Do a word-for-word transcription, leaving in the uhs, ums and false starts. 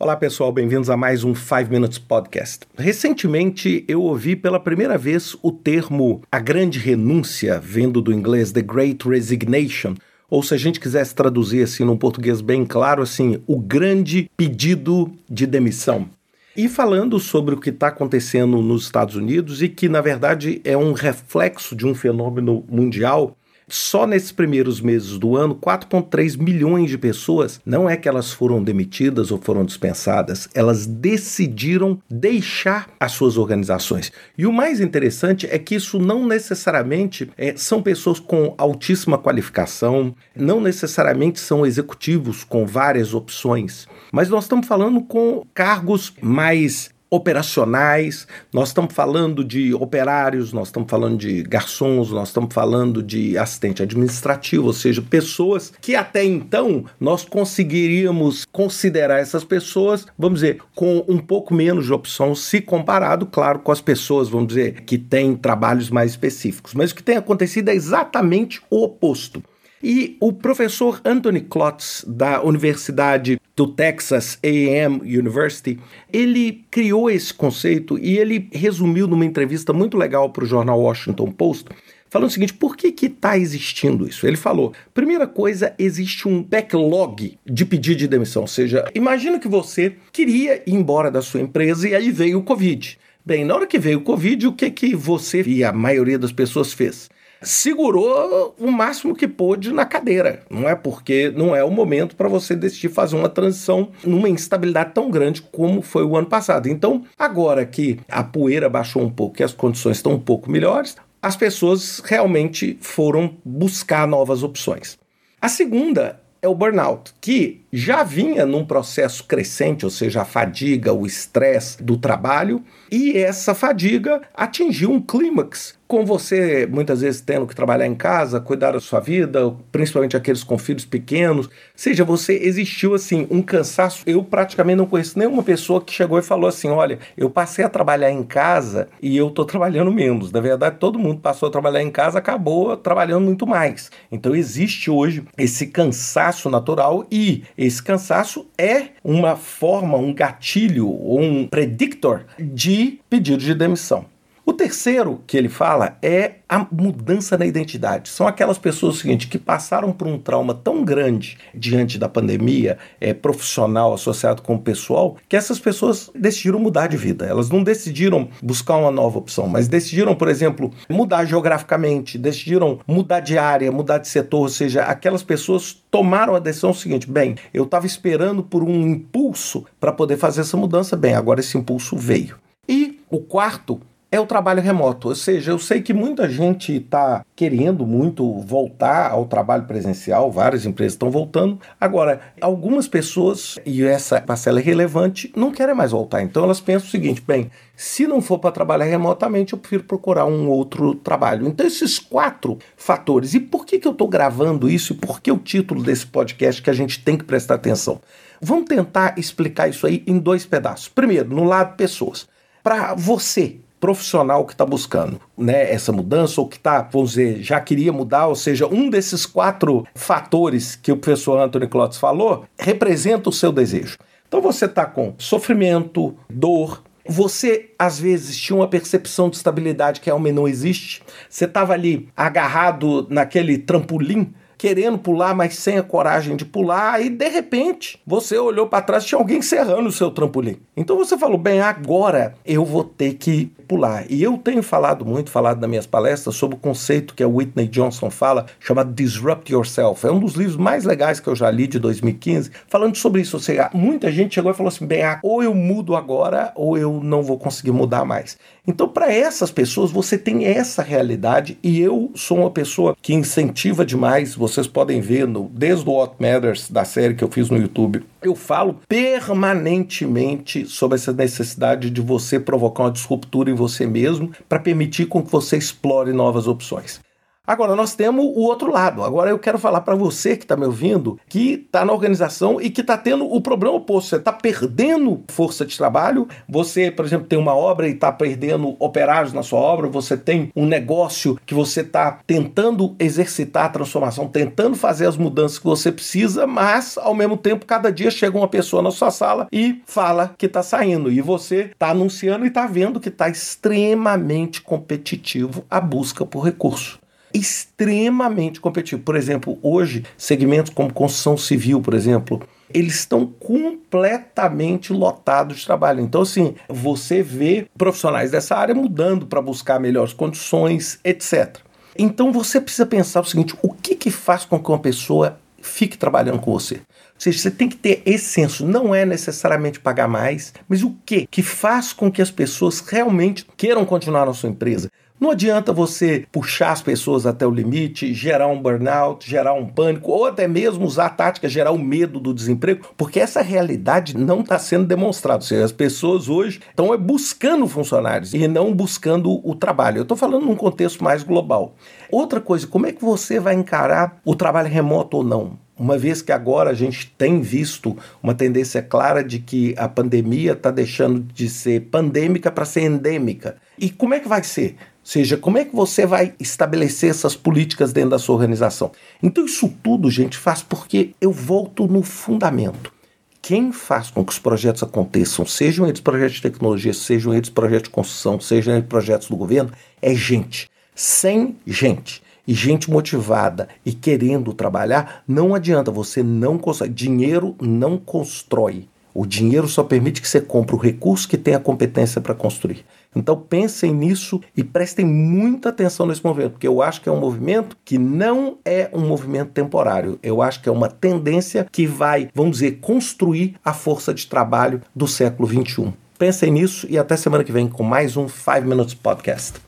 Olá pessoal, bem-vindos a mais um five minutes Podcast. Recentemente eu ouvi pela primeira vez o termo a grande renúncia, vindo do inglês The Great Resignation, ou se a gente quisesse traduzir assim num português bem claro, assim, o grande pedido de demissão. E falando sobre o que está acontecendo nos Estados Unidos e que na verdade é um reflexo de um fenômeno mundial. Só nesses primeiros meses do ano, quatro vírgula três milhões de pessoas, não é que elas foram demitidas ou foram dispensadas, elas decidiram deixar as suas organizações. E o mais interessante é que isso não necessariamente é, são pessoas com altíssima qualificação, não necessariamente são executivos com várias opções, mas nós estamos falando com cargos mais operacionais, nós estamos falando de operários, nós estamos falando de garçons, nós estamos falando de assistente administrativo, ou seja, pessoas que até então nós conseguiríamos considerar essas pessoas, vamos dizer, com um pouco menos de opção, se comparado, claro, com as pessoas, vamos dizer, que têm trabalhos mais específicos. Mas o que tem acontecido é exatamente o oposto. E o professor Anthony Klotz, da Universidade do Texas A and M University, ele criou esse conceito e ele resumiu numa entrevista muito legal para o jornal Washington Post, falando o seguinte: por que que está existindo isso? Ele falou, primeira coisa, existe um backlog de pedido de demissão, ou seja, imagina que você queria ir embora da sua empresa e aí veio o Covid. Bem, na hora que veio o Covid, o que que você e a maioria das pessoas fez? Segurou o máximo que pôde na cadeira, não é? Porque não é o momento para você decidir fazer uma transição numa instabilidade tão grande como foi o ano passado. Então, agora que a poeira baixou um pouco e as condições estão um pouco melhores, as pessoas realmente foram buscar novas opções. A segunda é o burnout, que já vinha num processo crescente, ou seja, a fadiga, o estresse do trabalho, e essa fadiga atingiu um clímax, com você muitas vezes tendo que trabalhar em casa, cuidar da sua vida, principalmente aqueles com filhos pequenos, ou seja, você existiu assim um cansaço. Eu praticamente não conheço nenhuma pessoa que chegou e falou assim, olha, eu passei a trabalhar em casa e eu estou trabalhando menos. Na verdade, todo mundo passou a trabalhar em casa, acabou trabalhando muito mais. Então existe hoje esse cansaço natural e esse cansaço é uma forma, um gatilho, um predictor de pedido de demissão. O terceiro que ele fala é a mudança na identidade. São aquelas pessoas seguinte, que passaram por um trauma tão grande diante da pandemia é, profissional associado com o pessoal, que essas pessoas decidiram mudar de vida. Elas não decidiram buscar uma nova opção, mas decidiram, por exemplo, mudar geograficamente, decidiram mudar de área, mudar de setor, ou seja, aquelas pessoas tomaram a decisão seguinte, bem, eu estava esperando por um impulso para poder fazer essa mudança, bem, agora esse impulso veio. E o quarto é o trabalho remoto, ou seja, eu sei que muita gente está querendo muito voltar ao trabalho presencial, várias empresas estão voltando. Agora, algumas pessoas, e essa parcela é relevante, não querem mais voltar. Então elas pensam o seguinte, bem, se não for para trabalhar remotamente, eu prefiro procurar um outro trabalho. Então esses quatro fatores, e por que que eu estou gravando isso e por que o título desse podcast que a gente tem que prestar atenção? Vamos tentar explicar isso aí em dois pedaços. Primeiro, no lado pessoas. Para você, profissional que está buscando, né, essa mudança ou que está, vamos dizer, já queria mudar, ou seja, um desses quatro fatores que o professor Anthony Klotz falou representa o seu desejo. Então você está com sofrimento, dor, você às vezes tinha uma percepção de estabilidade que realmente não existe, você estava ali agarrado naquele trampolim, querendo pular, mas sem a coragem de pular, e de repente você olhou para trás e tinha alguém serrando o seu trampolim. Então você falou, bem, agora eu vou ter que pular. E eu tenho falado muito, falado nas minhas palestras, sobre o conceito que a Whitney Johnson fala, chamado Disrupt Yourself. É um dos livros mais legais que eu já li de dois mil e quinze, falando sobre isso. Ou seja, muita gente chegou e falou assim, bem, ou eu mudo agora, ou eu não vou conseguir mudar mais. Então, para essas pessoas, você tem essa realidade, e eu sou uma pessoa que incentiva demais. Vocês podem ver, no, desde o What Matters, da série que eu fiz no YouTube, eu falo permanentemente sobre essa necessidade de você provocar uma disruptura em você mesmo para permitir com que você explore novas opções. Agora, nós temos o outro lado. Agora, eu quero falar para você que está me ouvindo, que está na organização e que está tendo o problema oposto. Você está perdendo força de trabalho. Você, por exemplo, tem uma obra e está perdendo operários na sua obra. Você tem um negócio que você está tentando exercitar a transformação, tentando fazer as mudanças que você precisa, mas, ao mesmo tempo, cada dia chega uma pessoa na sua sala e fala que está saindo. E você está anunciando e está vendo que está extremamente competitivo a busca por recurso. Extremamente competitivo. Por exemplo, hoje, segmentos como construção civil, por exemplo, eles estão completamente lotados de trabalho. Então, assim, você vê profissionais dessa área mudando para buscar melhores condições, etcétera. Então, você precisa pensar o seguinte: o que que faz com que uma pessoa fique trabalhando com você? Ou seja, você tem que ter esse senso. Não é necessariamente pagar mais, mas o que que faz com que as pessoas realmente queiram continuar na sua empresa? Não adianta você puxar as pessoas até o limite, gerar um burnout, gerar um pânico, ou até mesmo usar a tática, gerar o medo do desemprego, porque essa realidade não está sendo demonstrada. Ou seja, as pessoas hoje estão buscando funcionários e não buscando o trabalho. Eu estou falando num contexto mais global. Outra coisa, como é que você vai encarar o trabalho remoto ou não? Uma vez que agora a gente tem visto uma tendência clara de que a pandemia está deixando de ser pandêmica para ser endêmica. E como é que vai ser? Ou seja, como é que você vai estabelecer essas políticas dentro da sua organização? Então isso tudo, gente, faz porque eu volto no fundamento. Quem faz com que os projetos aconteçam, sejam eles projetos de tecnologia, sejam eles projetos de construção, sejam eles projetos do governo, é gente. Sem gente e gente motivada e querendo trabalhar, não adianta, você não consegue. Dinheiro não constrói. O dinheiro só permite que você compre o recurso que tem a competência para construir. Então pensem nisso e prestem muita atenção nesse movimento, porque eu acho que é um movimento que não é um movimento temporário. Eu acho que é uma tendência que vai, vamos dizer, construir a força de trabalho do século vinte e um. Pensem nisso e até semana que vem com mais um five minutes Podcast.